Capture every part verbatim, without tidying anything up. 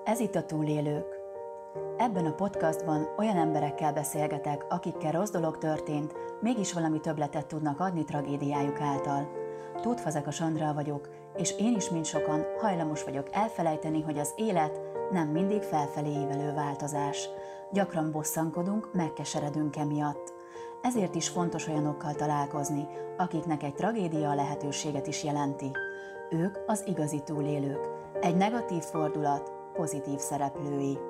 Ez itt a Túlélők. Ebben a podcastban olyan emberekkel beszélgetek, akikkel rossz dolog történt, mégis valami többletet tudnak adni tragédiájuk által. Tóth Fazekas Andrea vagyok, és én is, mint sokan, hajlamos vagyok elfelejteni, hogy az élet nem mindig felfelé ívelő változás. Gyakran bosszankodunk, megkeseredünk emiatt. Ezért is fontos olyanokkal találkozni, akiknek egy tragédia a lehetőséget is jelenti. Ők az igazi túlélők. Egy negatív fordulat pozitív szereplői.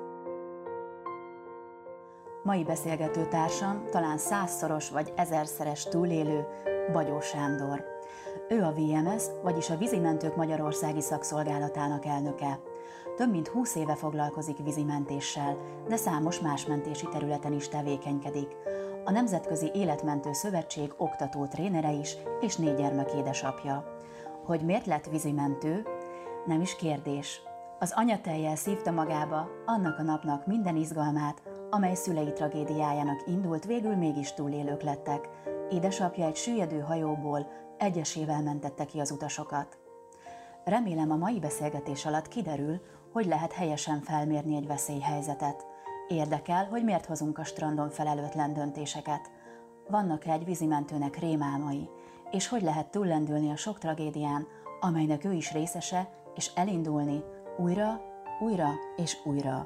Mai beszélgető társam talán százszoros vagy ezerszeres túlélő, Bagyó Sándor. Ő a vé em es, vagyis a Vízimentők Magyarországi Szakszolgálatának elnöke. Több mint húsz éve foglalkozik vízimentéssel, de számos más mentési területen is tevékenykedik. A Nemzetközi Életmentő Szövetség oktató trénere is, és négy gyermek édesapja. Hogy miért lett vízimentő? Nem is kérdés. Az anyatejjel szívta magába annak a napnak minden izgalmát, amely szülei tragédiájának indult, végül mégis túlélők lettek. Édesapja egy süllyedő hajóból egyesével mentette ki az utasokat. Remélem, a mai beszélgetés alatt kiderül, hogy lehet helyesen felmérni egy veszélyhelyzetet. Érdekel, hogy miért hozunk a strandon felelőtlen döntéseket. Vannak-e egy vízimentőnek rémálmai, és hogy lehet túllendülni a sok tragédián, amelynek ő is részese, és elindulni újra, újra és újra.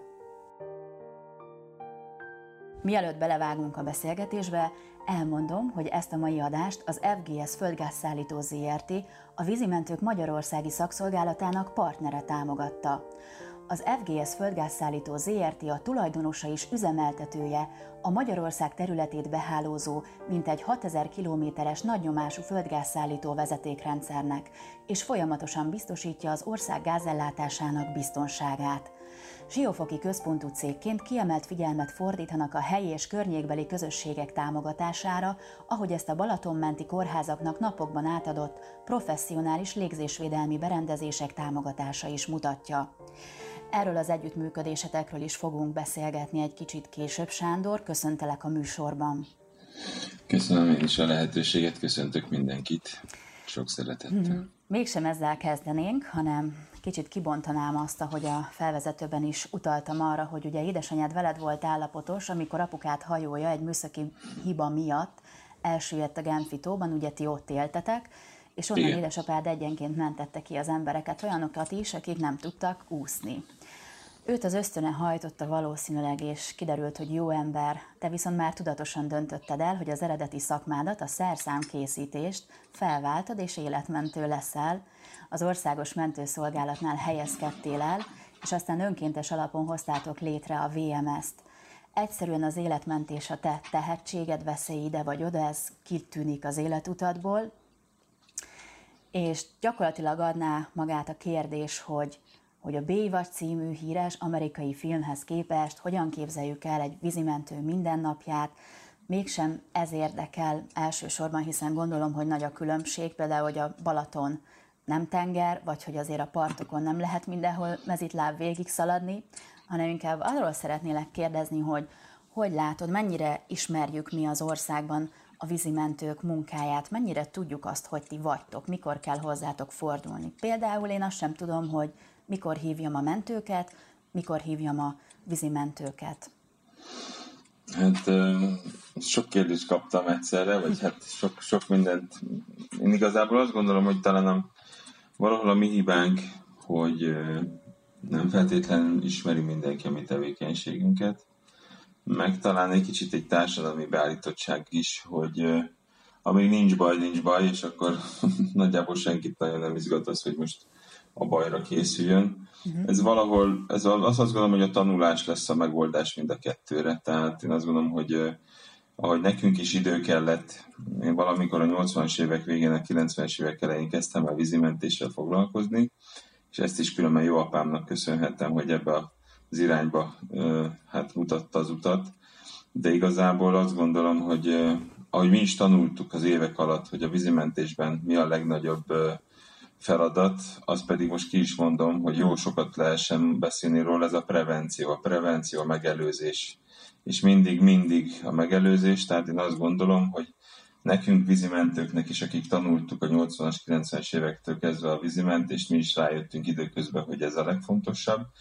Mielőtt belevágunk a beszélgetésbe, elmondom, hogy ezt a mai adást az ef gé es Földgázszállító zé er té, a Vízimentők Magyarországi Szakszolgálatának partnere támogatta. Az ef gé es Földgázszállító zé er té a tulajdonosa és üzemeltetője a Magyarország területét behálózó mintegy hatezer kilométeres nagynyomású földgázszállító vezetékrendszernek, és folyamatosan biztosítja az ország gázellátásának biztonságát. Siófoki központú cégként kiemelt figyelmet fordítanak a helyi és környékbeli közösségek támogatására, ahogy ezt a Balatonmenti kórházaknak napokban átadott professzionális légzésvédelmi berendezések támogatása is mutatja. Erről az együttműködésetekről is fogunk beszélgetni egy kicsit később, Sándor. Köszöntelek a műsorban. Köszönöm én is a lehetőséget, köszöntök mindenkit. Sok szeretettel. Hmm. Mégsem ezzel kezdenénk, hanem kicsit kibontanám azt, ahogy a felvezetőben is utaltam arra, hogy ugye édesanyád veled volt állapotos, amikor apukát hajója egy műszaki hiba miatt elsüllyedt a Genfi tóban, ugye ti ott éltetek, és onnan Igen. édesapád egyenként mentette ki az embereket, olyanokat is, akik nem tudtak úszni. Őt az ösztöne hajtotta valószínűleg, és kiderült, hogy jó ember. Te viszont már tudatosan döntötted el, hogy az eredeti szakmádat, a szerszámkészítést felváltod, és életmentő leszel. Az Országos Mentőszolgálatnál helyezkedtél el, és aztán önkéntes alapon hoztátok létre a vé em es-t. Egyszerűen az életmentés a te tehetséged, veszély ide vagy oda, ez kitűnik az életutadból, és gyakorlatilag adná magát a kérdés, hogy hogy a Baywatch című híres amerikai filmhez képest hogyan képzeljük el egy vízimentő mindennapját, mégsem ez érdekel elsősorban, hiszen gondolom, hogy nagy a különbség, például, hogy a Balaton nem tenger, vagy hogy azért a partokon nem lehet mindenhol mezitláb végig szaladni, hanem inkább arról szeretnélek kérdezni, hogy hogy látod, mennyire ismerjük mi az országban a vízimentők munkáját, mennyire tudjuk azt, hogy ti vagytok, mikor kell hozzátok fordulni. Például én azt sem tudom, hogy mikor hívjam a mentőket, mikor hívjam a vízimentőket. Hát sok kérdést kaptam egyszerre, vagy hát sok, sok mindent. Én igazából azt gondolom, hogy talán a, valahol a mi hibánk, hogy nem feltétlenül ismeri mindenki a mi tevékenységünket, meg talán egy kicsit egy társadalmi beállítottság is, hogy amíg nincs baj, nincs baj, és akkor nagyjából senkit nagyon nem izgat az, hogy most a bajra készüljön. Uh-huh. Ez valahol, ez azt azt gondolom, hogy a tanulás lesz a megoldás mind a kettőre. Tehát én azt gondolom, hogy ahogy nekünk is idő kellett, én valamikor a nyolcvanas évek végén, a kilencvenes évek elején kezdtem el vízimentéssel foglalkozni, és ezt is különben jó apámnak köszönhettem, hogy ebbe az irányba hát mutatta az utat. De igazából azt gondolom, hogy ahogy mi is tanultuk az évek alatt, hogy a vízimentésben mi a legnagyobb feladat, az pedig most ki is mondom, hogy jó sokat lehessen beszélni róla, ez a prevenció, a prevenció, a megelőzés. És mindig, mindig a megelőzés, tehát én azt gondolom, hogy nekünk vízimentőknek is, akik tanultuk a nyolcvanas, kilencvenes évektől kezdve a vízimentést, mi is rájöttünk időközben, hogy ez a legfontosabb,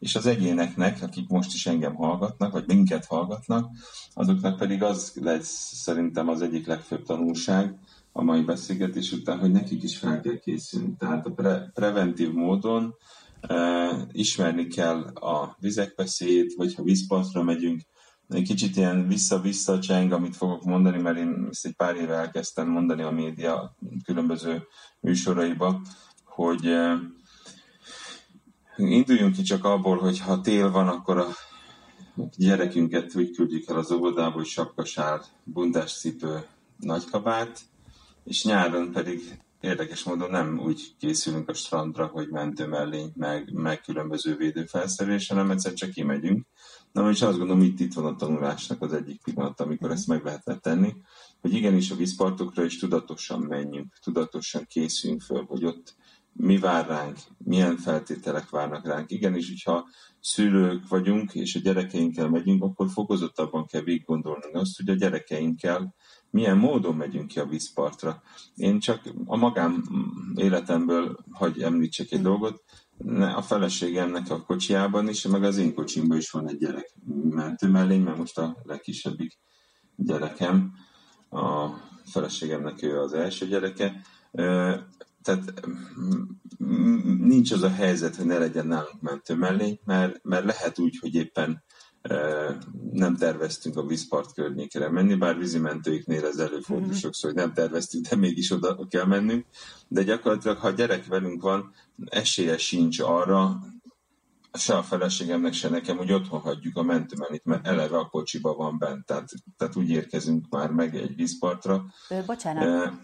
és az egyéneknek, akik most is engem hallgatnak, vagy minket hallgatnak, azoknak pedig az lesz szerintem az egyik legfőbb tanulság a mai beszélgetés után, hogy nekik is fel kell készülni. Tehát a pre- preventív módon uh, ismerni kell a vizekveszélyét, vagy ha vízpartra megyünk, egy kicsit ilyen vissza-vissza cseng, amit fogok mondani, mert én ezt egy pár éve elkezdtem mondani a média különböző műsoraiba, hogy uh, induljunk ki csak abból, hogy ha tél van, akkor a gyerekünket úgy küldjük el az óvodába, hogy sapkasár, bundáscipő, nagykabát, és nyáron pedig érdekes módon nem úgy készülünk a strandra, hogy mentőmellény, meg, meg különböző védőfelszerelés, hanem egyszer csak kimegyünk. Na, és azt gondolom, itt, itt van a tanulásnak az egyik pillanat, amikor ezt meg lehetne tenni, hogy igenis a vízpartokra is tudatosan menjünk, tudatosan készüljünk föl, hogy ott mi vár ránk, milyen feltételek várnak ránk. Igenis, hogyha szülők vagyunk, és a gyerekeinkkel megyünk, akkor fokozottabban kell végig gondolni azt, hogy a gyerekeinkkel milyen módon megyünk ki a vízpartra. Én csak a magám életemből, hagy említsek egy dolgot, a feleségemnek a kocsiában is, meg az én kocsimban is van egy gyerek mentőmellény, mert most a legkisebbik gyerekem, a feleségemnek ő az első gyereke. Tehát nincs az a helyzet, hogy ne legyen nálunk mentőmellény, mert, mert lehet úgy, hogy éppen nem terveztünk a vízpart környékére menni, bár vízimentőiknél ez előfordul sokszor, hogy nem terveztünk, de mégis oda kell mennünk. De gyakorlatilag, ha a gyerek velünk van, esélye sincs arra, se a feleségemnek, se nekem, hogy otthon hagyjuk a mentőmellényt, mert eleve a kocsiba van bent. Tehát, tehát úgy érkezünk már meg egy vízpartra. Ő, bocsánat, e-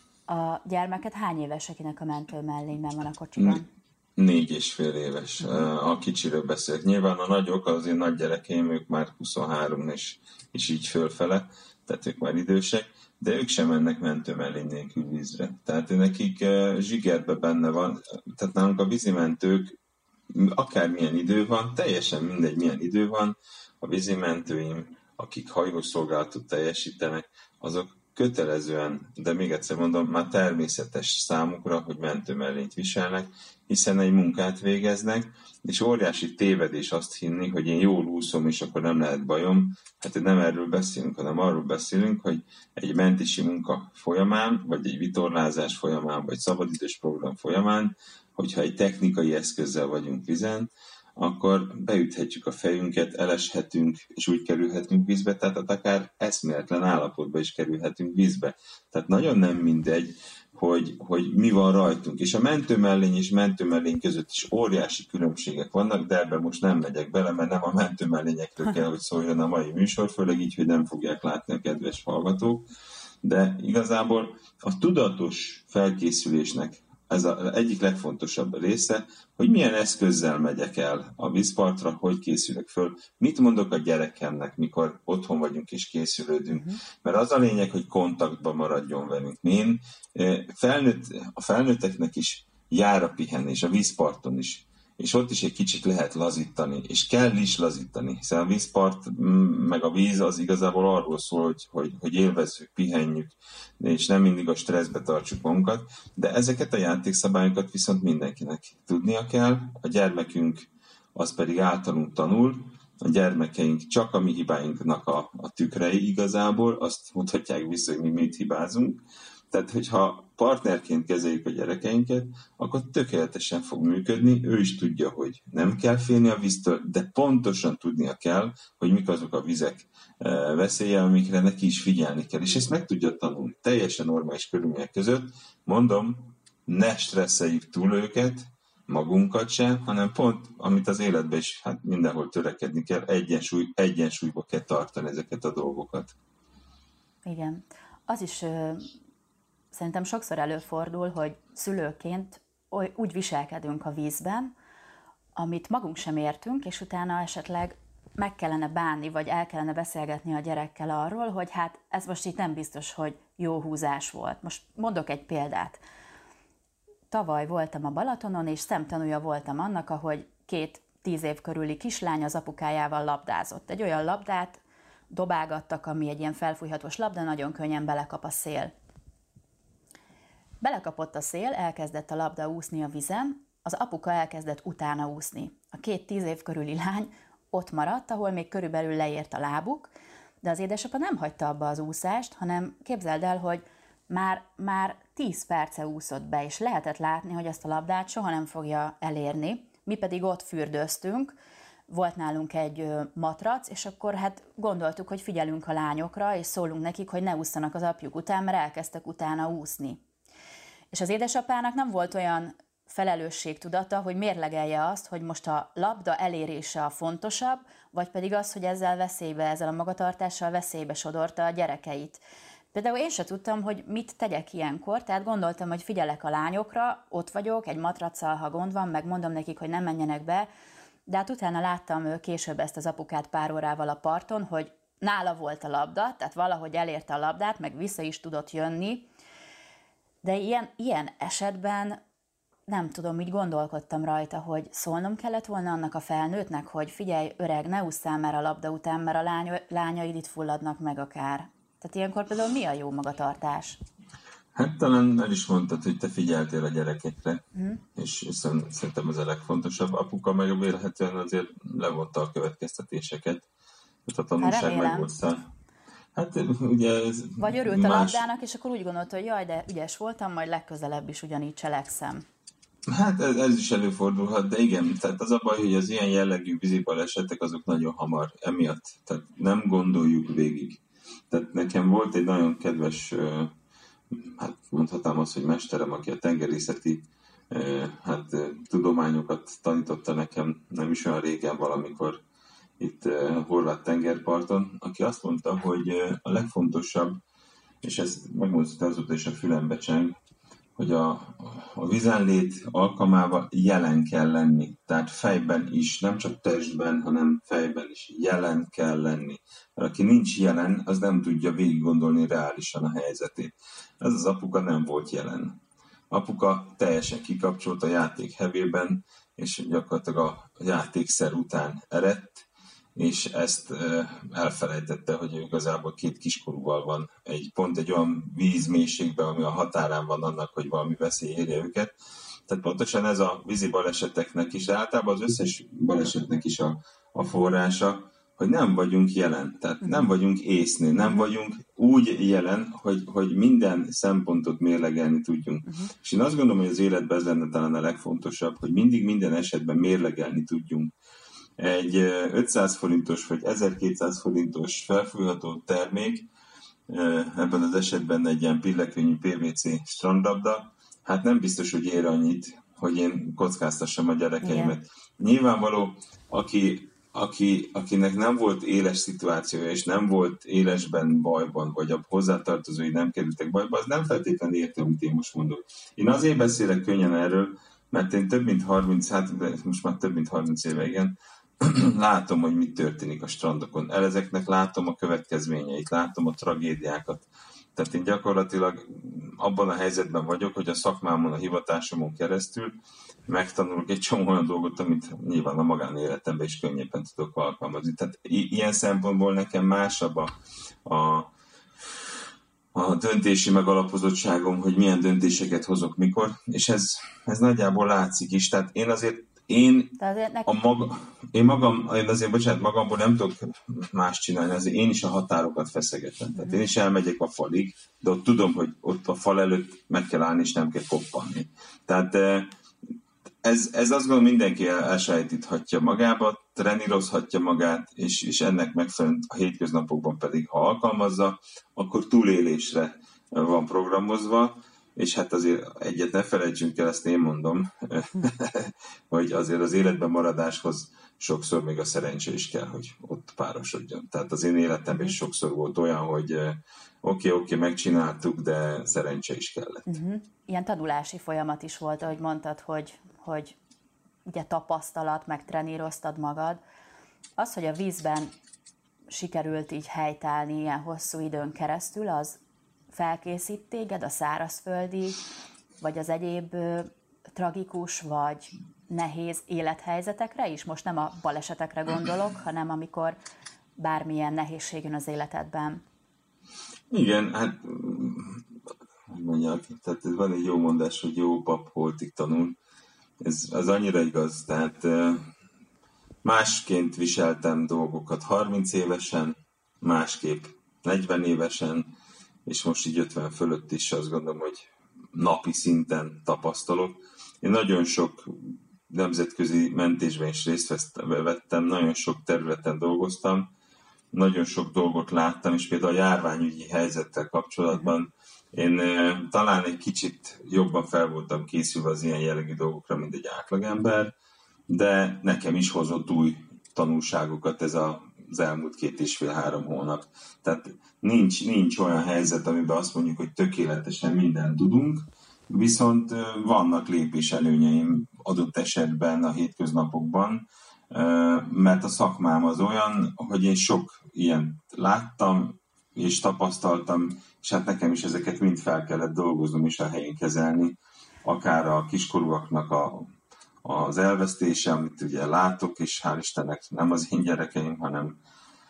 a gyermeket hány éves, akinek a mentőmellényben van a kocsiban? Négy és fél éves. A kicsiről beszélek. Nyilván a nagyok, az én nagy gyerekeim, ők már huszonhárom és, és így fölfele, tehát ők már idősek, de ők sem mennek mentőmellény nélkül vízre. Tehát nekik zsigerbe benne van, tehát nálunk a vízimentők, akármilyen idő van, teljesen mindegy milyen idő van, a vízimentőim, akik hajószolgálatot teljesítenek, azok kötelezően, de még egyszer mondom, már természetes számukra, hogy mentőmellényt viselnek, hiszen egy munkát végeznek, és óriási tévedés azt hinni, hogy én jól úszom, és akkor nem lehet bajom. Hát nem erről beszélünk, hanem arról beszélünk, hogy egy mentési munka folyamán, vagy egy vitorlázás folyamán, vagy szabadidős program folyamán, hogyha egy technikai eszközzel vagyunk vizen, akkor beüthetjük a fejünket, eleshetünk, és úgy kerülhetünk vízbe, tehát akár eszméletlen állapotba is kerülhetünk vízbe. Tehát nagyon nem mindegy, hogy, hogy mi van rajtunk. És a mentőmellény és mentőmellény között is óriási különbségek vannak, de ebben most nem megyek bele, mert nem a mentőmellényekről kell, hogy szóljon a mai műsor, főleg így, hogy nem fogják látni a kedves hallgatók. De igazából a tudatos felkészülésnek ez az egyik legfontosabb része, hogy milyen eszközzel megyek el a vízpartra, hogy készülök föl, mit mondok a gyerekemnek, mikor otthon vagyunk és készülődünk. Mert az a lényeg, hogy kontaktban maradjon velünk. Én felnőtt, a felnőtteknek is jár a pihenés, a vízparton is. És ott is egy kicsit lehet lazítani, és kell is lazítani, hiszen a vízpart, meg a víz az igazából arról szól, hogy, hogy, hogy élvezzük, pihenjük, és nem mindig a stresszbe tartsuk magunkat, de ezeket a játékszabályokat viszont mindenkinek tudnia kell, a gyermekünk az pedig általunk tanul, a gyermekeink csak a mi hibáinknak a, a tükrei igazából, azt mondhatják vissza, hogy mi mit hibázunk. Tehát, hogyha partnerként kezeljük a gyerekeinket, akkor tökéletesen fog működni, ő is tudja, hogy nem kell félni a víztől, de pontosan tudnia kell, hogy mik azok a vizek veszélye, amikre neki is figyelni kell. És ezt meg tudja tanulni teljesen normális körülmények között. Mondom, ne stresszeljük túl őket, magunkat sem, hanem pont, amit az életben is hát mindenhol törekedni kell, egyensúly, egyensúlyba kell tartani ezeket a dolgokat. Igen. Az is szerintem sokszor előfordul, hogy szülőként úgy viselkedünk a vízben, amit magunk sem értünk, és utána esetleg meg kellene bánni, vagy el kellene beszélgetni a gyerekkel arról, hogy hát ez most itt nem biztos, hogy jó húzás volt. Most mondok egy példát. Tavaly voltam a Balatonon, és szemtanúja voltam annak, ahogy két tíz év körüli kislány az apukájával labdázott. Egy olyan labdát dobálgattak, ami egy ilyen felfújhatós labda, nagyon könnyen belekap a szél. Belekapott a szél, elkezdett a labda úszni a vizen, az apuka elkezdett utána úszni. A két tíz év körüli lány ott maradt, ahol még körülbelül leért a lábuk, de az édesapa nem hagyta abba az úszást, hanem képzeld el, hogy már, már tíz perce úszott be, és lehetett látni, hogy ezt a labdát soha nem fogja elérni. Mi pedig ott fürdőztünk, volt nálunk egy matrac, és akkor hát gondoltuk, hogy figyelünk a lányokra, és szólunk nekik, hogy ne ússzanak az apjuk után, mert elkezdtek utána úszni. És az édesapának nem volt olyan felelősségtudata, hogy mérlegelje azt, hogy most a labda elérése a fontosabb, vagy pedig az, hogy ezzel veszélybe, ezzel a magatartással veszélybe sodorta a gyerekeit. Például én se tudtam, hogy mit tegyek ilyenkor, tehát gondoltam, hogy figyelek a lányokra, ott vagyok, egy matracsal, ha gond van, meg mondom nekik, hogy nem menjenek be, de hát utána láttam később ezt az apukát pár órával a parton, hogy nála volt a labda, tehát valahogy elérte a labdát, meg vissza is tudott jönni, de ilyen, ilyen esetben nem tudom, így gondolkodtam rajta, hogy szólnom kellett volna annak a felnőttnek, hogy figyelj, öreg, ne ússzál már a labda után, mert a lány, lányaid itt fulladnak meg akár. Tehát ilyenkor például mi a jó magatartás? Hát talán el is mondtad, hogy te figyeltél a gyerekekre, mm. és, és szerintem ez a legfontosabb. Apuka meg vélhetően azért levonta a következtetéseket, tehát a tanulság megvosszál. Hát ugye ez Vagy örült más... a labdának, és akkor úgy gondolta, hogy jaj, de ügyes voltam, majd legközelebb is ugyanígy cselekszem. Hát ez, ez is előfordulhat, de igen, tehát az a baj, hogy az ilyen jellegű vízibalesetek azok nagyon hamar emiatt, tehát nem gondoljuk végig. Tehát nekem volt egy nagyon kedves, hát mondhatnám azt, hogy mesterem, aki a tengerészeti hát, tudományokat tanította nekem nem is olyan régen valamikor itt a horvát tengerparton, aki azt mondta, hogy a legfontosabb, és ezt megmondta azóta is a fülembe cseng, hogy a, a vízenlét alkalmával jelen kell lenni. Tehát fejben is, nem csak testben, hanem fejben is jelen kell lenni. Mert aki nincs jelen, az nem tudja végig gondolni reálisan a helyzetét. Ez az apuka nem volt jelen. Apuka teljesen kikapcsolt a játék hevében, és gyakorlatilag a játékszer után eredt, és ezt elfelejtette, hogy igazából két kiskorúval van egy pont egy olyan vízmélységben, ami a határán van annak, hogy valami veszély érje őket. Tehát pontosan ez a vízi baleseteknek is, de általában az összes balesetnek is a, a forrása, hogy nem vagyunk jelen, tehát nem vagyunk észnél, nem vagyunk úgy jelen, hogy, hogy minden szempontot mérlegelni tudjunk. Uh-huh. És én azt gondolom, hogy az életben ez lenne talán a legfontosabb, hogy mindig minden esetben mérlegelni tudjunk. Egy ötszáz forintos vagy ezerkétszáz forintos felfújható termék, ebben az esetben egy ilyen pillekönnyű pé vé cé strandlabda, hát nem biztos, hogy ér annyit, hogy én kockáztassam a gyerekeimet. Igen. Nyilvánvaló, aki, aki, akinek nem volt éles szituációja, és nem volt élesben bajban, vagy a hozzátartozói nem kerültek bajba, az nem feltétlenül érte, amit én most mondok. Én azért beszélek könnyen erről, mert én több mint harminc, hát most már több mint harminc éve, igen, látom, hogy mi történik a strandokon. El ezeknek látom a következményeit, látom a tragédiákat. Tehát én gyakorlatilag abban a helyzetben vagyok, hogy a szakmámon, a hivatásomon keresztül megtanulok egy csomó olyan dolgot, amit nyilván a magánéletemben is könnyebben tudok alkalmazni. Tehát i- ilyen szempontból nekem másabb a, a, a döntési megalapozottságom, hogy milyen döntéseket hozok mikor, és ez, ez nagyjából látszik is. Tehát én azért Én, a maga, én magam, én azért, bocsánat, magamból nem tudok más csinálni, azért én is a határokat feszegetem. Tehát én is elmegyek a falig, de ott tudom, hogy ott a fal előtt meg kell állni, és nem kell koppanni. Tehát ez, ez azt gondolom, mindenki elsajátíthatja magába, trenírozhatja magát, és, és ennek megfelelően a hétköznapokban pedig, ha alkalmazza, akkor túlélésre van programozva, és hát azért egyet ne felejtsünk el, ezt én mondom, hogy azért az életben maradáshoz sokszor még a szerencse is kell, hogy ott párosodjon. Tehát az én életemben is sokszor volt olyan, hogy oké, okay, oké, okay, megcsináltuk, de szerencse is kellett. Uh-huh. Ilyen tanulási folyamat is volt, ahogy mondtad, hogy, hogy ugye tapasztalat, meg treníroztad magad. Az, hogy a vízben sikerült így helytállni ilyen hosszú időn keresztül, az felkészít téged a szárazföldi, vagy az egyéb ö, tragikus, vagy nehéz élethelyzetekre is? Most nem a balesetekre gondolok, hanem amikor bármilyen nehézség jön az életedben. Igen, hát hogy mondjak, tehát van egy jó mondás, hogy jó pap holtig tanul. Ez az annyira igaz, tehát másként viseltem dolgokat harminc évesen, másképp negyven évesen, és most így ötven fölött is azt gondolom, hogy napi szinten tapasztalok. Én nagyon sok nemzetközi mentésben is részt vettem, nagyon sok területen dolgoztam, nagyon sok dolgot láttam, és például a járványügyi helyzettel kapcsolatban én eh, talán egy kicsit jobban fel voltam készülve az ilyen jellegű dolgokra, mint egy átlagember, de nekem is hozott új tanulságokat ez a, az elmúlt két és fél-három hónap. Tehát nincs, nincs olyan helyzet, amiben azt mondjuk, hogy tökéletesen mindent tudunk, viszont eh, vannak lépéselőnyeim adott esetben a hétköznapokban, mert a szakmám az olyan, hogy én sok ilyen láttam és tapasztaltam, és hát nekem is ezeket mind fel kellett dolgoznom és a helyén kezelni, akár a kiskorúaknak a, az elvesztése, amit ugye látok, és hál' Istennek nem az én gyerekeim, hanem,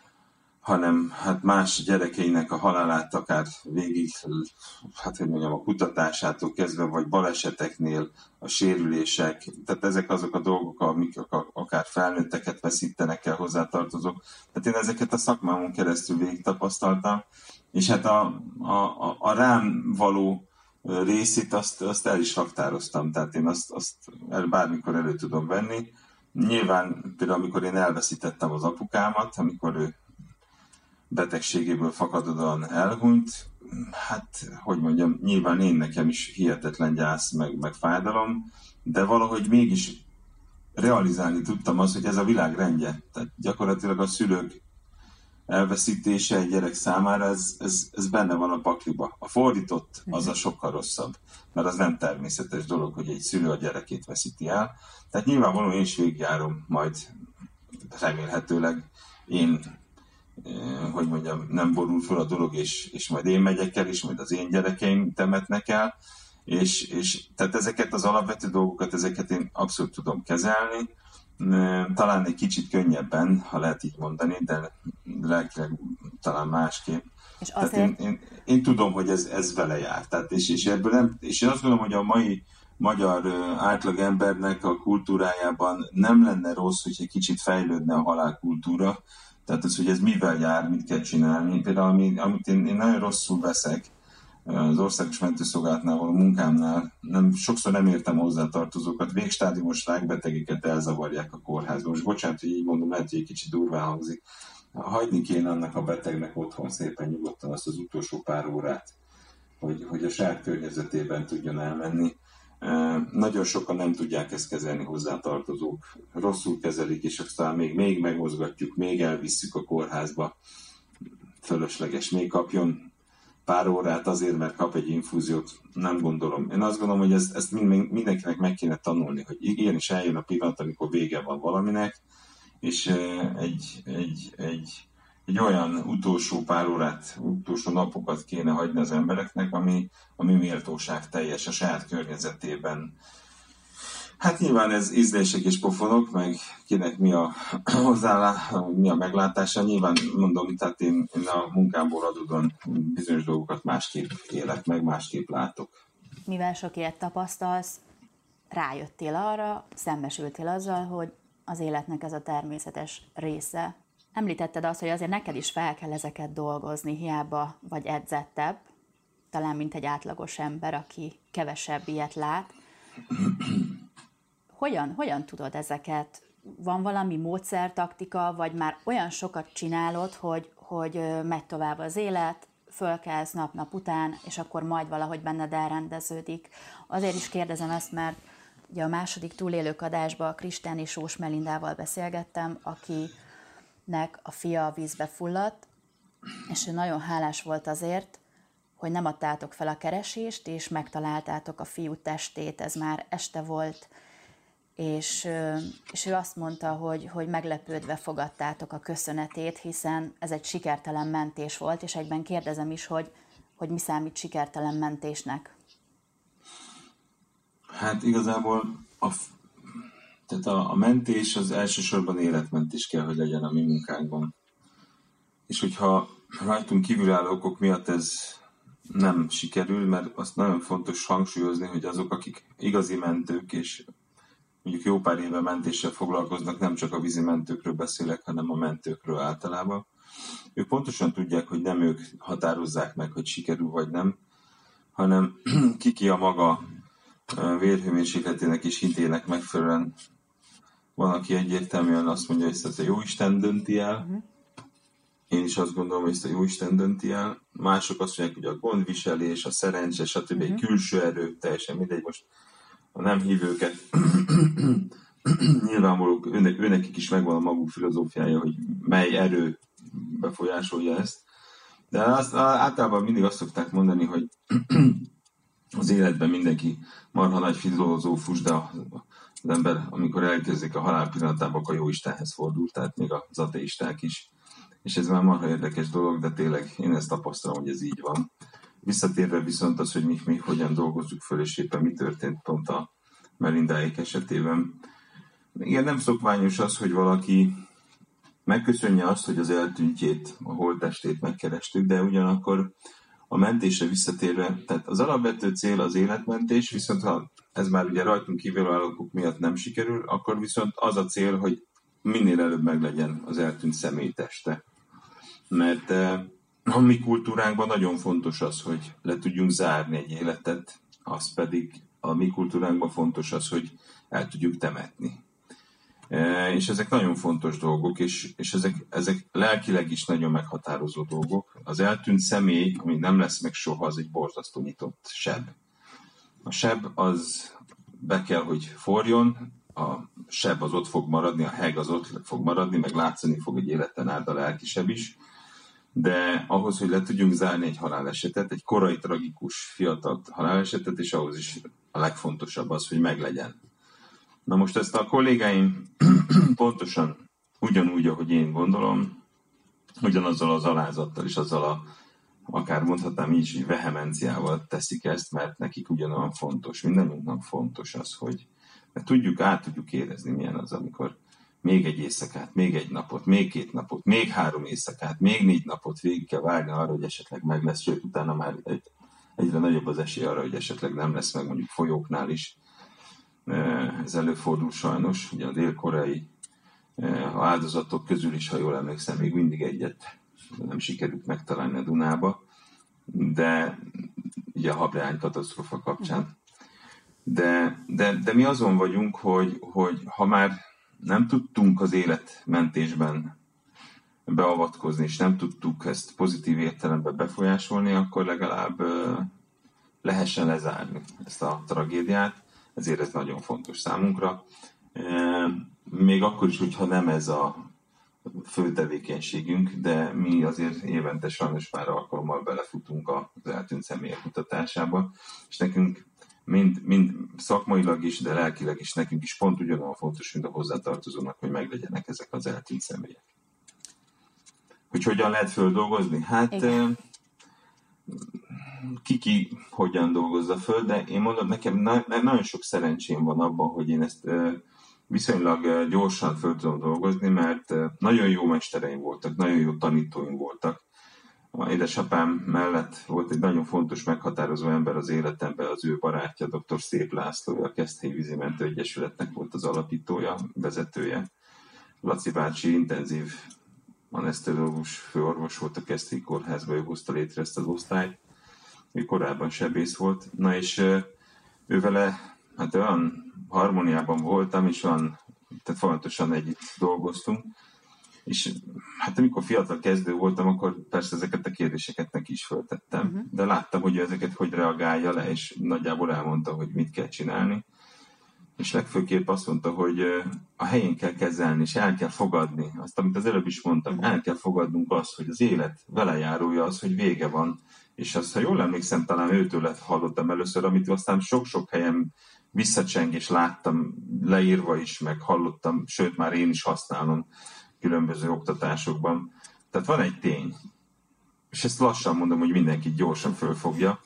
hanem hát más gyerekeinek a halálát akár végig, hát hogy mondjam, a kutatásától kezdve, vagy baleseteknél, a sérülések, tehát ezek azok a dolgok, amik akár felnőtteket veszítenek el, hozzátartozók. Tehát én ezeket a szakmámon keresztül végig tapasztaltam, és hát a, a, a rám való részét azt, azt el is raktároztam, tehát én azt, azt bármikor elő tudom venni. Nyilván például amikor én elveszítettem az apukámat, amikor ő betegségéből fakadóan elhunyt, hát, hogy mondjam, nyilván én nekem is hihetetlen gyász, meg, meg fájdalom, de valahogy mégis realizálni tudtam azt, hogy ez a világ rendje. Tehát gyakorlatilag a szülők elveszítése egy gyerek számára, ez, ez, ez benne van a pakliba. A fordított, az a sokkal rosszabb, mert az nem természetes dolog, hogy egy szülő a gyerekét veszíti el. Tehát nyilvánvalóan én is végigjárom, majd remélhetőleg én hogy mondjam, nem borul fel a dolog, és, és majd én megyek el, és majd az én gyerekeim temetnek el, és, és tehát ezeket az alapvető dolgokat, ezeket én abszolút tudom kezelni, talán egy kicsit könnyebben, ha lehet így mondani, de lelkileg talán másképp. És azért... Tehát én, én, én tudom, hogy ez, ez vele jár, tehát és, és, ebből nem, és én azt gondolom, hogy a mai magyar átlagembernek a kultúrájában nem lenne rossz, hogy egy kicsit fejlődne a halálkultúra. Tehát az, hogy ez mivel jár, mit kell csinálni. Például, ami, amit én, én nagyon rosszul veszek az Országos Mentőszolgálatnál való munkámnál, nem, sokszor nem értem hozzátartozókat, végstádiumos rákbetegeket elzavarják a kórházban. Most bocsánat, hogy így mondom, lehet, hogy egy kicsit durván hangzik. Hagyni kéne annak a betegnek otthon szépen nyugodtan azt az utolsó pár órát, hogy, hogy a saját környezetében tudjon elmenni. Nagyon sokan nem tudják ezt kezelni, hozzátartozók. Rosszul kezelik, és aztán még, még megmozgatjuk, még elvisszük a kórházba. Fölösleges, még kapjon pár órát azért, mert kap egy infúziót. Nem gondolom. Én azt gondolom, hogy ezt, ezt mindenkinek meg kéne tanulni, hogy igenis eljön a pillanat, amikor vége van valaminek, és egy, egy, egy, egy olyan utolsó pár órát, utolsó napokat kéne hagyni az embereknek, ami, ami méltóság teljes a saját környezetében. Hát nyilván ez ízlések és pofonok, meg kinek mi a hozzáállás, mi a meglátása. Nyilván mondom, tehát én, én a munkámból adódóan bizonyos dolgokat másképp élek, meg másképp látok. Mivel sok ilyet tapasztalsz, rájöttél arra, szembesültél azzal, hogy az életnek ez a természetes része. Említetted azt, hogy azért neked is fel kell ezeket dolgozni, hiába vagy edzettebb, talán mint egy átlagos ember, aki kevesebb ilyet lát. Hogyan, hogyan tudod ezeket? Van valami módszer, taktika, vagy már olyan sokat csinálod, hogy, hogy megy tovább az élet, fölkelsz nap-nap után, és akkor majd valahogy benned elrendeződik. Azért is kérdezem ezt, mert ugye a második túlélők adásban Kristáni Sós Melindával beszélgettem, akinek a fia a vízbe fulladt, és ő nagyon hálás volt azért, hogy nem adtátok fel a keresést, és megtaláltátok a fiú testét, ez már este volt, és, és ő azt mondta, hogy, hogy meglepődve fogadtátok a köszönetét, hiszen ez egy sikertelen mentés volt, és egyben kérdezem is, hogy, hogy mi számít sikertelen mentésnek. Hát igazából a, tehát a, a mentés az elsősorban életmentés kell, hogy legyen a mi munkánkban. És hogyha rajtunk kívülálló okok miatt ez nem sikerül, mert azt nagyon fontos hangsúlyozni, hogy azok, akik igazi mentők, és mondjuk jó pár éve mentéssel foglalkoznak, nem csak a vízimentőkről beszélek, hanem a mentőkről általában. Ők pontosan tudják, hogy nem ők határozzák meg, hogy sikerül vagy nem, hanem kiki a maga vérhőmérsékletének és hintének megfelelően. Van, aki egyértelműen azt mondja, hogy ezt a Jóisten dönti el. Uh-huh. Én is azt gondolom, hogy ezt a Jóisten dönti el. Mások azt mondják, hogy a gondviselés, a szerencse, stb. Uh-huh. Egy külső erő, teljesen mindegy. Most a nem hívőket nyilvánvaló, őnek, őnekik is megvan a maguk filozófiája, hogy mely erő befolyásolja ezt. De azt, általában mindig azt szokták mondani, hogy az életben mindenki marha nagy filozófus, de az ember, amikor elkezdik a halál pillanatában, a Jóistenhez fordul, tehát még az ateisták is. És ez már marha érdekes dolog, de tényleg én ezt tapasztalom, hogy ez így van. Visszatérve viszont az, hogy mi, mi hogyan dolgozzuk föl, és éppen mi történt pont a Melindáék esetében. Igen, nem szokványos az, hogy valaki megköszönje azt, hogy az eltűntjét, a holttestét megkerestük, de ugyanakkor a mentésre visszatérve, tehát az alapvető cél az életmentés, viszont ha ez már ugye rajtunk kívülállók miatt nem sikerül, akkor viszont az a cél, hogy minél előbb meglegyen az eltűnt személy teste. Mert a mi kultúránkban nagyon fontos az, hogy le tudjunk zárni egy életet, az pedig a mi kultúránkban fontos az, hogy el tudjuk temetni. És ezek nagyon fontos dolgok, és, és ezek, ezek lelkileg is nagyon meghatározó dolgok. Az eltűnt személy, ami nem lesz meg soha, az egy borzasztó nyitott seb. A seb az be kell, hogy forjon, a seb az ott fog maradni, a heg az ott fog maradni, meg látszani fog egy életen át a lelki seb is. De ahhoz, hogy le tudjunk zárni egy halálesetet, egy korai tragikus fiatal halálesetet, és ahhoz is a legfontosabb az, hogy meglegyen. Na most ezt a kollégáim pontosan ugyanúgy, ahogy én gondolom, ugyanazzal az alázattal és azzal a, akár mondhatnám így is, hogy vehemenciával teszik ezt, mert nekik ugyanolyan fontos, mindannyiunknak fontos az, hogy mert tudjuk, át tudjuk érezni, milyen az, amikor még egy éjszakát, még egy napot, még két napot, még három éjszakát, még négy napot végig kell várni arra, hogy esetleg meg lesz, sőt, utána már egy, egyre nagyobb az esély arra, hogy esetleg nem lesz meg, mondjuk folyóknál is. Ez előfordul sajnos, ugye a dél-koreai áldozatok közül is, ha jól emlékszem, még mindig egyet nem sikerült megtalálni a Dunába, de ugye a hableány katasztrófa kapcsán. De, de, de mi azon vagyunk, hogy, hogy ha már nem tudtunk az életmentésben beavatkozni, és nem tudtuk ezt pozitív értelemben befolyásolni, akkor legalább lehessen lezárni ezt a tragédiát. Ezért ez nagyon fontos számunkra. Még akkor is, hogyha nem ez a fő tevékenységünk, de mi azért évente sajnos már alkalommal belefutunk az eltűnt személyek kutatásába, és nekünk mind, mind szakmailag is, de lelkileg is nekünk is pont ugyanolyan fontos, mint a hozzátartozónak, hogy meglegyenek ezek az eltűnt személyek. Hogy hogyan lehet földolgozni? Hát igen. Ki-ki hogyan dolgozza föl, de én mondom, nekem na- nagyon sok szerencsém van abban, hogy én ezt viszonylag gyorsan föl tudom dolgozni, mert nagyon jó mestereim voltak, nagyon jó tanítóim voltak. A édesapám mellett volt egy nagyon fontos, meghatározó ember az életemben, az ő barátja, dr. Szép László, a Keszthelyi Vízimentő Egyesületnek volt az alapítója, vezetője. Laci bácsi intenzív anesztezológus főorvos volt a Keszthelyi Kórházban, ő hozta létre ezt az osztályt. Ő korábban sebész volt. Na és ő vele hát olyan harmóniában voltam, és olyan, tehát folyamatosan együtt dolgoztunk. És hát amikor fiatal kezdő voltam, akkor persze ezeket a kérdéseket neki is föltettem. Uh-huh. De láttam, hogy ő ezeket hogy reagálja le, és nagyjából elmondta, hogy mit kell csinálni. És legfőképp azt mondta, hogy a helyén kell kezelni, és el kell fogadni. Azt, amit az előbb is mondtam, el kell fogadnunk azt, hogy az élet velejárója az, hogy vége van. És azt, ha jól emlékszem, talán őtől hallottam először, amit aztán sok-sok helyen visszacseng, és láttam leírva is, meg hallottam, sőt már én is használom különböző oktatásokban. Tehát van egy tény, és ezt lassan mondom, hogy mindenki gyorsan fölfogja.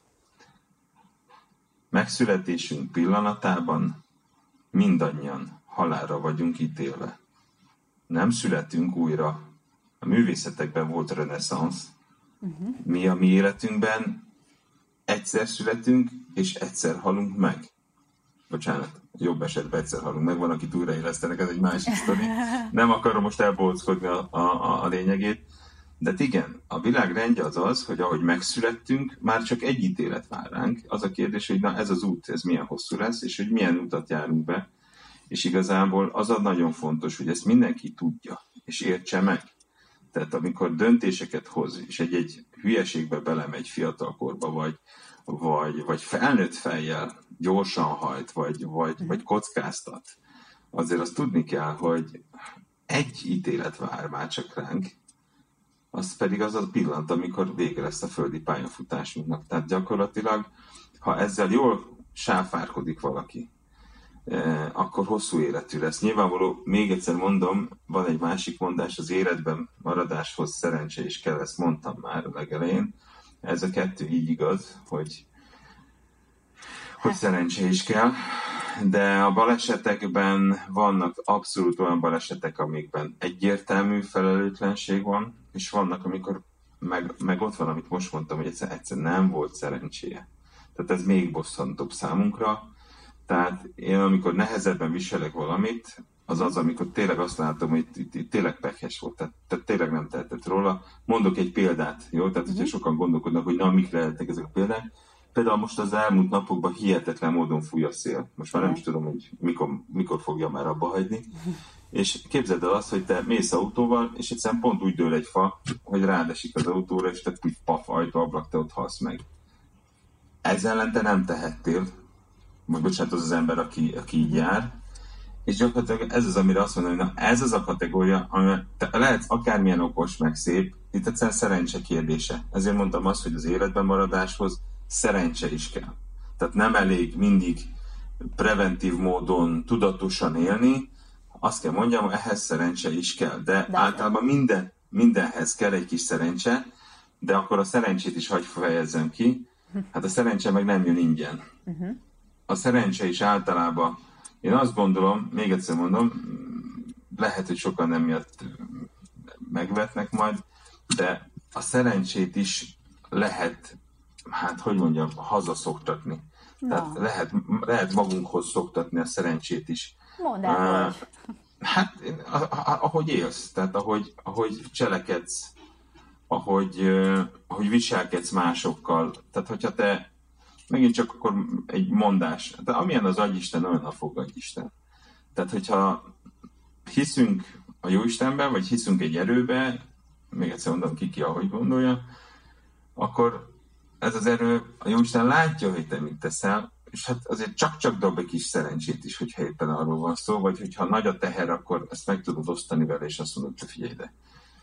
Megszületésünk pillanatában mindannyian halálra vagyunk ítélve. Nem születünk újra. A művészetekben volt reneszánsz. Uh-huh. Mi a mi életünkben egyszer születünk, és egyszer halunk meg. bocsánat, jobb esetben egyszer halunk meg, van, akit újraélesztenek, ez egy másik sztori. Nem akarom most elbóckodni a, a, a lényegét. De igen, a világ rendje az az, hogy ahogy megszülettünk, már csak egy ítélet vár ránk. Az a kérdés, hogy na ez az út, ez milyen hosszú lesz, és hogy milyen utat járunk be. És igazából az a nagyon fontos, hogy ezt mindenki tudja, és értse meg. Tehát amikor döntéseket hoz, és egy-egy hülyeségbe belemegy fiatalkorba, vagy, vagy, vagy felnőtt fejjel gyorsan hajt, vagy, vagy, vagy kockáztat, azért azt tudni kell, hogy egy ítélet vár már csak ránk, az pedig az a pillanat, amikor vége lesz a földi pályafutásunknak. Tehát gyakorlatilag, ha ezzel jól sáfárkodik valaki, akkor hosszú életű lesz. Nyilvánvaló, még egyszer mondom, van egy másik mondás, az életben maradáshoz szerencse is kell, ezt mondtam már a legelején. Ez a kettő így igaz, hogy, hogy szerencse is kell, de a balesetekben vannak abszolút olyan balesetek, amikben egyértelmű felelőtlenség van, és vannak, amikor meg, meg ott van, amit most mondtam, hogy egyszer, egyszer nem volt szerencséje. Tehát ez még bosszantóbb számunkra. Tehát én, amikor nehezebben viselek valamit, az az, amikor tényleg azt látom, hogy itt, itt, itt tényleg pekhes volt, tehát, tehát tényleg nem tehetett róla. Mondok egy példát, jó? Tehát, hogyha sokan gondolkodnak, hogy na, mik lehetnek ezek a példák. Például most az elmúlt napokban hihetetlen módon fúj a szél. Most már nem is tudom, hogy mikor, mikor fogja már abba hagyni. És képzeld el azt, hogy te mész autóval, és egyszerűen pont úgy dől egy fa, hogy rád esik az autóra, és te úgy paf, ajtó, ablak, te ott halsz meg. Ezzel ellen te nem tehettél. Most bocsánat, az az ember, aki, aki így jár. És gyakorlatilag ez az, amire azt mondom, hogy na, ez az a kategória, ami te lehetsz akármilyen okos, meg szép, itt egyszerűen szerencse kérdése. Ezért mondtam azt, hogy az életben maradáshoz szerencse is kell. Tehát nem elég mindig preventív módon tudatosan élni, azt kell mondjam, ehhez szerencse is kell. De, de általában minden, mindenhez kell egy kis szerencse, de akkor a szerencsét is hagy fejezzem ki. Hát a szerencse meg nem jön ingyen. Uh-huh. A szerencse is általában, én azt gondolom, még egyszer mondom, lehet, hogy sokan nem miatt megvetnek majd, de a szerencsét is lehet, hát hogy mondjam, hazaszoktatni. No. Tehát lehet, lehet magunkhoz szoktatni a szerencsét is. Mondd el, uh, Hát, ahogy élsz, tehát ahogy, ahogy cselekedsz, ahogy, uh, ahogy viselkedsz másokkal. Tehát, hogyha te megint csak akkor egy mondás. De amilyen az agyisten, olyan a fogadisten. Tehát, hogyha hiszünk a Jóistenben, vagy hiszünk egy erőbe, még egyszer mondom, ki ki, ahogy gondolja, akkor ez az erő, a Jóisten látja, hogy te mit teszel, és hát azért csak-csak dob egy kis szerencsét is, hogyha éppen arról van szó, vagy hogyha nagy a teher, akkor ezt meg tudod osztani vele, és azt mondod, hogy figyelj ide.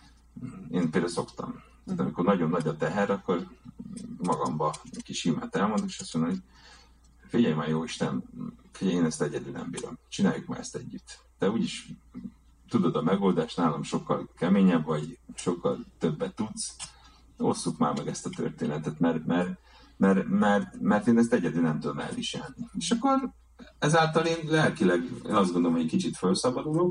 Én például szoktam. Tehát amikor nagyon nagy a teher, akkor magamba egy kis imát elmondok, és azt mondom, hogy figyelj már, Jóisten, figyelj, én ezt egyedül nem bírom. Csináljuk már ezt együtt. Te úgyis tudod a megoldást, nálam sokkal keményebb vagy, sokkal többet tudsz. Osszuk már meg ezt a történetet, mert, mert, mert, mert, mert én ezt egyedül nem tudom elviselni. És akkor ezáltal én lelkileg azt gondolom, hogy egy kicsit felszabadulok,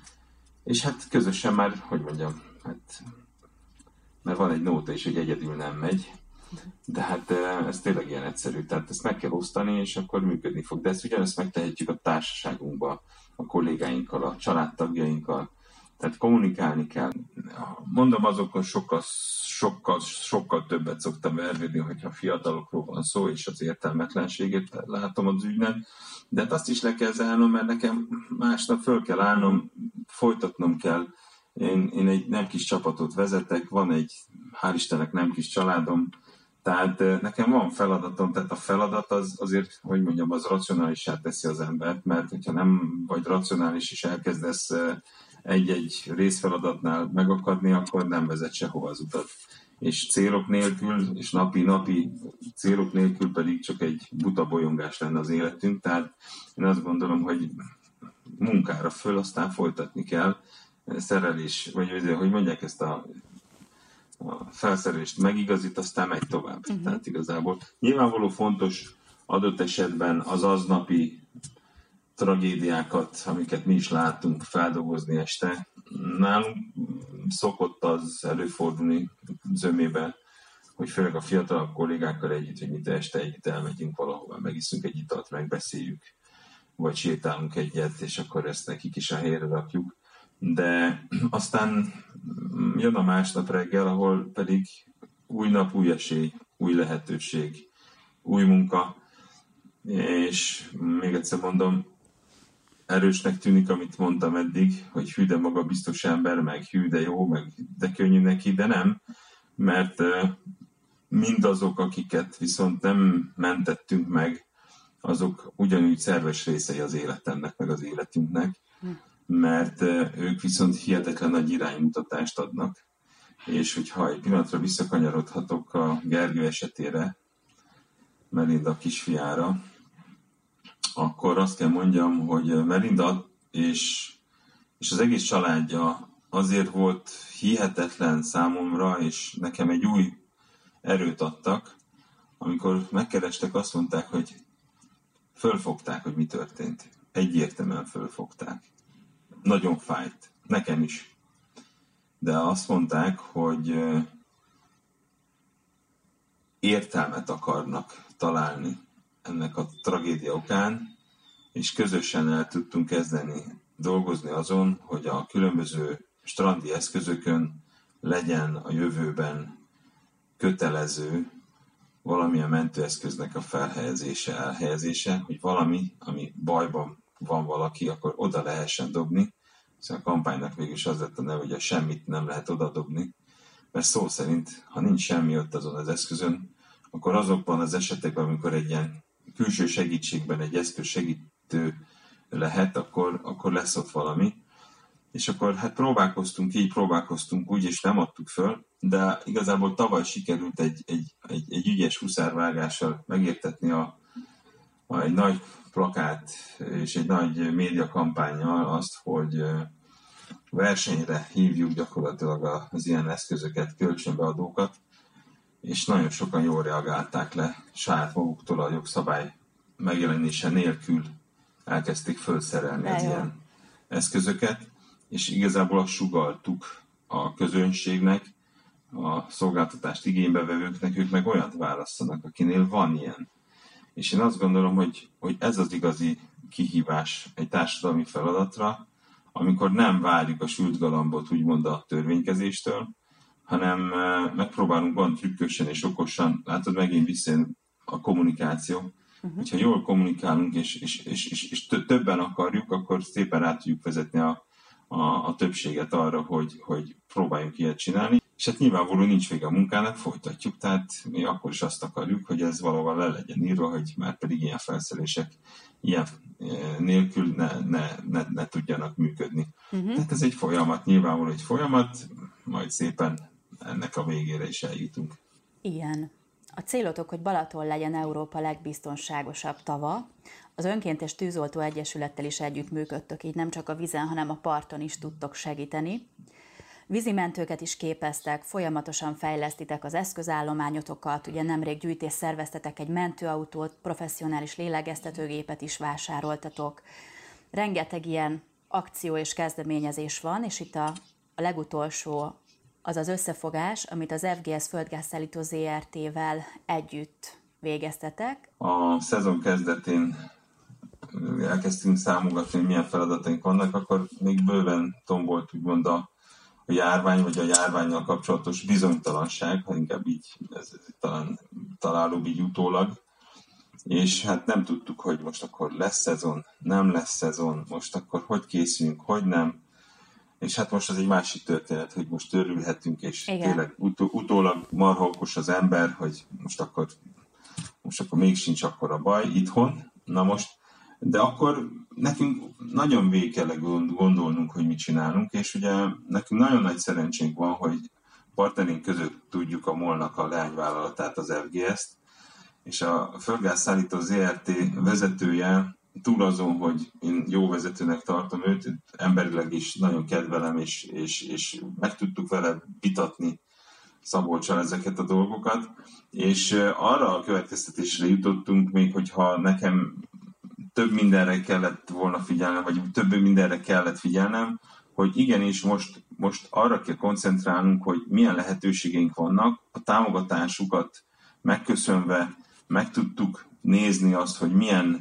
és hát közösen már, hogy mondjam, hát, mert van egy nóta is, hogy egyedül nem megy, de hát ez tényleg ilyen egyszerű, tehát ezt meg kell osztani, és akkor működni fog. De ezt ugyanezt megtehetjük a társaságunkban, a kollégáinkkal, a családtagjainkkal, tehát kommunikálni kell. Mondom, azokon sokkal, sokkal, sokkal többet szoktam verődni, hogyha fiatalokról van szó, és az értelmetlenségét látom az ügynek. De hát azt is le kell zárnom, mert nekem másnap föl kell állnom, folytatnom kell. Én, én egy nem kis csapatot vezetek, van egy, hál' Istennek, nem kis családom, tehát nekem van feladatom, tehát a feladat az azért, hogy mondjam, az racionálissá teszi az embert, mert hogyha nem vagy racionális és elkezdesz egy-egy részfeladatnál megakadni, akkor nem vezet sehova az utat. És célok nélkül, és napi-napi célok nélkül pedig csak egy buta bolyongás lenne az életünk, tehát én azt gondolom, hogy munkára föl, aztán folytatni kell, szerelés, vagy hogy mondják ezt a, a felszerelést megigazít, aztán megy tovább. Uh-huh. Tehát igazából nyilvánvaló fontos adott esetben az aznapi tragédiákat, amiket mi is látunk, feldolgozni este. Nálunk szokott az előfordulni zömében, hogy főleg a fiatal kollégákkal együtt, hogy mit este együtt elmegyünk valahova, megiszünk egy italt, megbeszéljük. vagy sétálunk egyet, és akkor ezt nekik is a helyre rakjuk. De aztán jön a másnap reggel, ahol pedig új nap, új esély, új lehetőség, új munka, és még egyszer mondom, erősnek tűnik, amit mondtam eddig, hogy hű, de maga biztos ember, meg hű, de jó, meg de könnyű neki, de nem, mert mindazok, akiket viszont nem mentettünk meg, azok ugyanúgy szerves részei az életemnek, meg az életünknek, mert ők viszont hihetetlen nagy iránymutatást adnak. És hogyha egy pillanatra visszakanyarodhatok a Gergő esetére, Melinda kisfiára, akkor azt kell mondjam, hogy Melinda és, és az egész családja azért volt hihetetlen számomra, és nekem egy új erőt adtak, amikor megkerestek, azt mondták, hogy fölfogták, hogy mi történt. Egyértelműen fölfogták. Nagyon fájt. Nekem is. De azt mondták, hogy értelmet akarnak találni ennek a tragédia okán, és közösen el tudtunk kezdeni dolgozni azon, hogy a különböző strandi eszközökön legyen a jövőben kötelező valamilyen mentőeszköznek a felhelyezése, elhelyezése, hogy valami, ami bajban van valaki, akkor oda lehessen dobni. Szóval a kampánynak végül is az lett a neve, hogy a semmit nem lehet oda dobni, mert szó szerint, ha nincs semmi ott azon az eszközön, akkor azokban az esetekben, amikor egy ilyen külső segítségben egy eszköz segítő lehet, akkor, akkor lesz ott valami. És akkor hát próbálkoztunk így, próbálkoztunk úgy, és nem adtuk föl, de igazából tavaly sikerült egy, egy, egy, egy ügyes huszárvágással megértetni a, a, egy nagy plakát és egy nagy médiakampánnyal azt, hogy versenyre hívjuk gyakorlatilag az ilyen eszközöket, kölcsönbeadókat, és nagyon sokan jól reagálták le, saját maguktól a jogszabály megjelenése nélkül elkezdték felszerelni az ilyen eszközöket, és igazából azt sugalltuk a közönségnek, a szolgáltatást igénybevevőknek, ők meg olyat válasszanak, akinél van ilyen. És én azt gondolom, hogy, hogy ez az igazi kihívás egy társadalmi feladatra, amikor nem várjuk a sült galambot úgymond a törvénykezéstől, hanem megpróbálunk olyan trükkösen és okosan, látod, megint visszajön a kommunikáció. Uh-huh. Hogyha jól kommunikálunk és, és, és, és, és többen akarjuk, akkor szépen rá tudjuk vezetni a, a, a többséget arra, hogy, hogy próbáljunk ilyet csinálni. És hát nyilvánvalóan nincs vége a munkának, folytatjuk, tehát mi akkor is azt akarjuk, hogy ez valahol le legyen írva, hogy már pedig ilyen felszerelések ilyen nélkül ne, ne, ne, ne tudjanak működni. Uh-huh. Tehát ez egy folyamat, nyilvánvalóan egy folyamat, majd szépen ennek a végére is eljutunk. Igen. A célotok, hogy Balaton legyen Európa legbiztonságosabb tava. Az Önkéntes Tűzoltó Egyesülettel is együttműködtök, így nem csak a vízen, hanem a parton is tudtok segíteni. Vízimentőket is képeztek, folyamatosan fejlesztitek az eszközállományotokat, ugye nemrég gyűjtés szerveztetek egy mentőautót, professzionális lélegeztetőgépet is vásároltatok. Rengeteg ilyen akció és kezdeményezés van, és itt a, a legutolsó az az összefogás, amit az ef gé es Földgázszállító zé er té-vel együtt végeztetek. A szezon kezdetén elkezdtünk számogatni, hogy milyen feladataink vannak, akkor még bőven tombolt úgymond a a járvány, vagy a járvánnyal kapcsolatos bizonytalanság, ha inkább így, ez, ez talán találóbb így utólag, és hát nem tudtuk, hogy most akkor lesz szezon, nem lesz szezon, most akkor hogy készülünk, hogy nem, és hát most az egy másik történet, hogy most örülhetünk, és igen, tényleg utó, utólag marha okos az ember, hogy most akkor, most akkor még sincs akkor a baj itthon, na most, de akkor nekünk nagyon végig kell gondolnunk, hogy mit csinálunk, és ugye nekünk nagyon nagy szerencsénk van, hogy partnerink között tudjuk a MOL-nak a leányvállalatát, az ef gé es-t, és a Földgázszállító zé er té vezetője, túl azon, hogy én jó vezetőnek tartom őt, emberileg is nagyon kedvelem, és, és, és meg tudtuk vele vitatni Szabolccsal ezeket a dolgokat, és arra a következtetésre jutottunk, még hogyha nekem több mindenre kellett volna figyelnem, vagy több mindenre kellett figyelnem, hogy igenis most, most arra kell koncentrálnunk, hogy milyen lehetőségeink vannak, a támogatásukat megköszönve meg tudtuk nézni azt, hogy milyen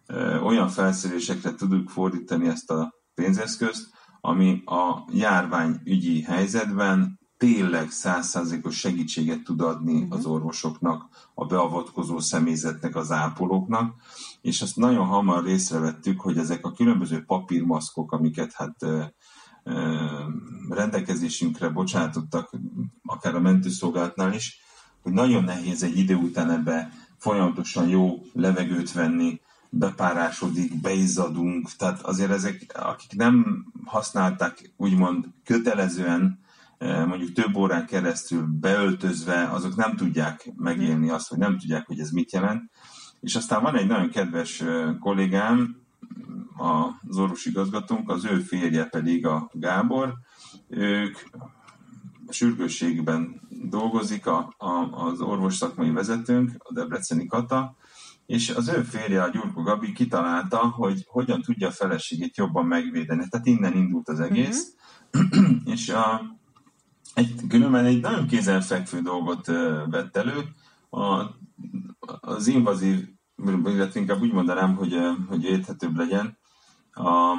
olyan felszerelésekre tudjuk fordítani ezt a pénzeszközt, ami a járványügyi helyzetben tényleg száz százalékos segítséget tud adni az orvosoknak, a beavatkozó személyzetnek, az ápolóknak, és azt nagyon hamar észrevettük, hogy ezek a különböző papírmaszkok, amiket hát rendelkezésünkre bocsátottak, akár a mentőszolgálatnál is, hogy nagyon nehéz egy idő után ebbe folyamatosan jó levegőt venni, bepárásodik, beizzadunk, tehát azért ezek, akik nem használták úgymond kötelezően, mondjuk több órán keresztül beöltözve, azok nem tudják megélni azt, hogy nem tudják, hogy ez mit jelent. És aztán van egy nagyon kedves kollégám, az orvosigazgatónk, az ő férje pedig a Gábor, ők a sürgősségben dolgozik, a, a, az orvos szakmai vezetőnk, a Debreceni Kata, és az ő férje, a Gyurko Gabi kitalálta, hogy hogyan tudja a feleségét jobban megvédeni. Tehát innen indult az egész. Mm-hmm. És a, egy, különben egy nagyon kézenfekvő dolgot vett elő. A, az invazív, illetve inkább úgy mondanám, hogy, hogy érthetőbb legyen, a,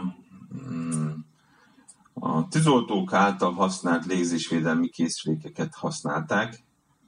a tűzoltók által használt légzésvédelmi készülékeket használták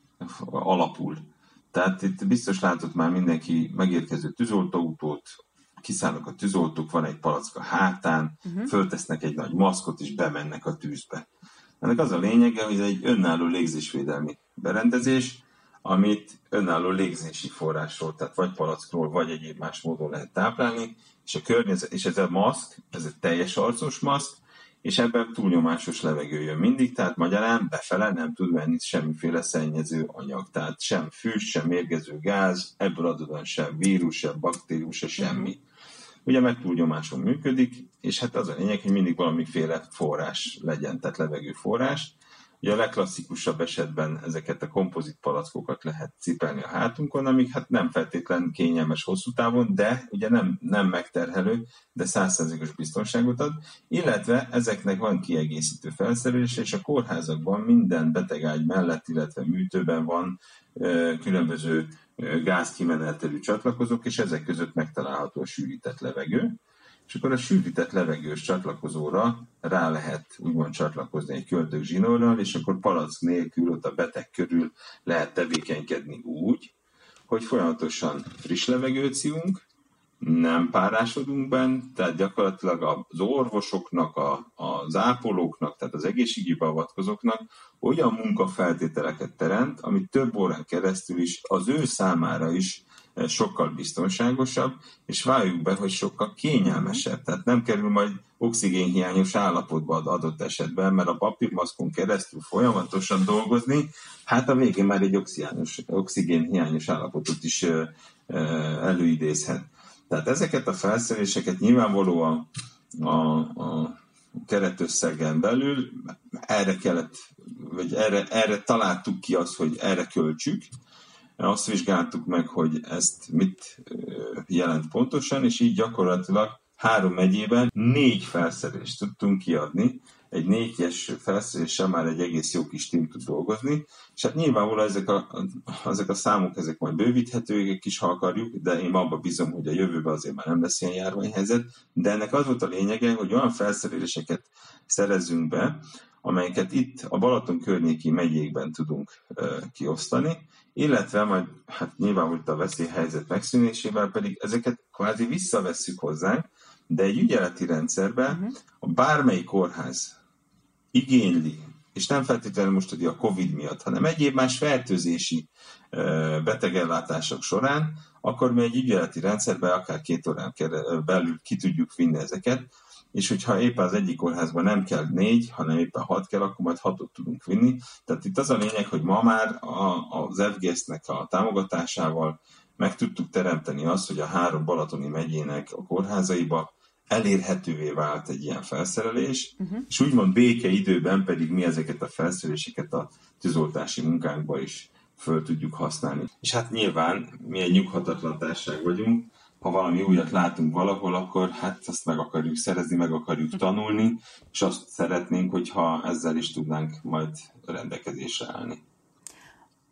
alapul. Tehát itt biztos látott már mindenki megérkező tűzoltóautót, kiszállnak a tűzoltók, van egy palack a hátán, uh-huh. föltesznek egy nagy maszkot, és bemennek a tűzbe. Ennek az a lényege, hogy ez egy önálló légzésvédelmi berendezés, amit önálló légzési forrásról, tehát vagy palackról, vagy egyéb más módon lehet táplálni, és a környezet, és ez a maszk, ez egy teljes arcos maszk, és ebben túlnyomásos levegő jön mindig, tehát magyarán befele nem tud menni semmiféle szennyező anyag, tehát sem füst, sem mérgező gáz, ebből adódóan sem vírus, sem baktérium, sem semmi. Ugye meg túlnyomáson működik, és hát az a lényeg, hogy mindig valamiféle forrás legyen, tehát levegőforrás. Ugye a legklasszikusabb esetben ezeket a kompozit palackokat lehet cipelni a hátunkon, amik hát nem feltétlenül kényelmes hosszú távon, de ugye nem, nem megterhelő, de száz százalékos biztonságot ad, illetve ezeknek van kiegészítő felszerelése, és a kórházakban minden betegágy mellett, illetve műtőben van ö, különböző ö, gázkimenetelű csatlakozók, és ezek között megtalálható a sűrített levegő. És akkor a sűrített levegős csatlakozóra rá lehet úgymond csatlakozni egy költők zsinórral, és akkor palack nélkül ott a beteg körül lehet tevékenykedni úgy, hogy folyamatosan friss levegőt szívunk, nem párásodunk benne, tehát gyakorlatilag az orvosoknak, a, az ápolóknak, tehát az egészségügyi beavatkozóknak olyan munkafeltételeket teremt, ami több órán keresztül is az ő számára is sokkal biztonságosabb, és várjuk be, hogy sokkal kényelmesebb. Tehát nem kerül majd oxigénhiányos állapotba adott esetben, mert a papírmaszkon keresztül folyamatosan dolgozni, hát a végén már egy oxigénhiányos állapotot is előidézhet. Tehát ezeket a felszereléseket nyilvánvalóan a, a keretösszegen belül erre kellett, vagy erre, erre találtuk ki azt, hogy erre költsük. Azt vizsgáltuk meg, hogy ezt mit jelent pontosan, és így gyakorlatilag három megyében négy felszerelést tudtunk kiadni. Egy négyes felszereléssel már egy egész jó kis tím tud dolgozni, és hát nyilvánvalóan ezek a, ezek a számok, ezek majd bővíthetőek is, ha akarjuk, de én abban bízom, hogy a jövőben azért már nem lesz ilyen járványhelyzet, de ennek az volt a lényege, hogy olyan felszereléseket szerezzünk be, amelyeket itt a Balaton környéki megyékben tudunk uh, kiosztani, illetve majd hát nyilvánvalóan a veszélyhelyzet megszűnésével pedig ezeket kvázi visszavesszük hozzánk, de egy ügyeleti rendszerben uh-huh. a bármelyik kórház igényli, és nem feltétlenül most ugye a Covid miatt, hanem egyéb más fertőzési uh, betegellátások során, akkor mi egy ügyeleti rendszerben akár két órán belül ki tudjuk vinni ezeket, és hogyha éppen az egyik kórházban nem kell négy, hanem éppen hat kell, akkor majd hatot tudunk vinni. Tehát itt az a lényeg, hogy ma már a, az ef gé e es-nek a támogatásával meg tudtuk teremteni azt, hogy a három balatoni megyének a kórházaiba elérhetővé vált egy ilyen felszerelés, uh-huh. és úgymond békeidőben pedig mi ezeket a felszereléseket a tűzoltási munkánkba is föl tudjuk használni. És hát nyilván mi egy nyughatatlan társaság vagyunk, ha valami újat látunk valahol, akkor hát azt meg akarjuk szerezni, meg akarjuk tanulni, és azt szeretnénk, hogyha ezzel is tudnánk majd rendelkezésre állni.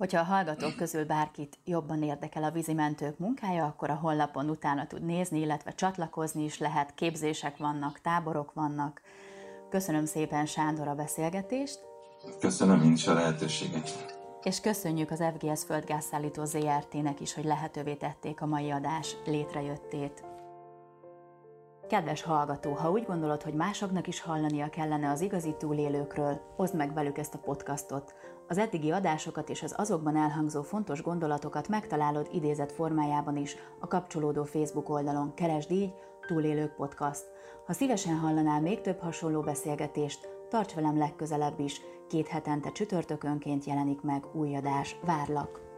Hogyha a hallgatók közül bárkit jobban érdekel a vízimentők munkája, akkor a honlapon utána tud nézni, illetve csatlakozni is lehet, képzések vannak, táborok vannak. Köszönöm szépen, Sándor, a beszélgetést. Köszönöm én is a lehetőséget. És köszönjük az ef gé es Földgázszállító zé er té-nek is, hogy lehetővé tették a mai adás létrejöttét. Kedves hallgató, ha úgy gondolod, hogy másoknak is hallania kellene az igazi túlélőkről, oszd meg velük ezt a podcastot. Az eddigi adásokat és az azokban elhangzó fontos gondolatokat megtalálod idézett formájában is a kapcsolódó Facebook oldalon. Keresd így Túlélők Podcast. Ha szívesen hallanál még több hasonló beszélgetést, tarts velem legközelebb is. Két hetente csütörtökönként jelenik meg új adás. Várlak!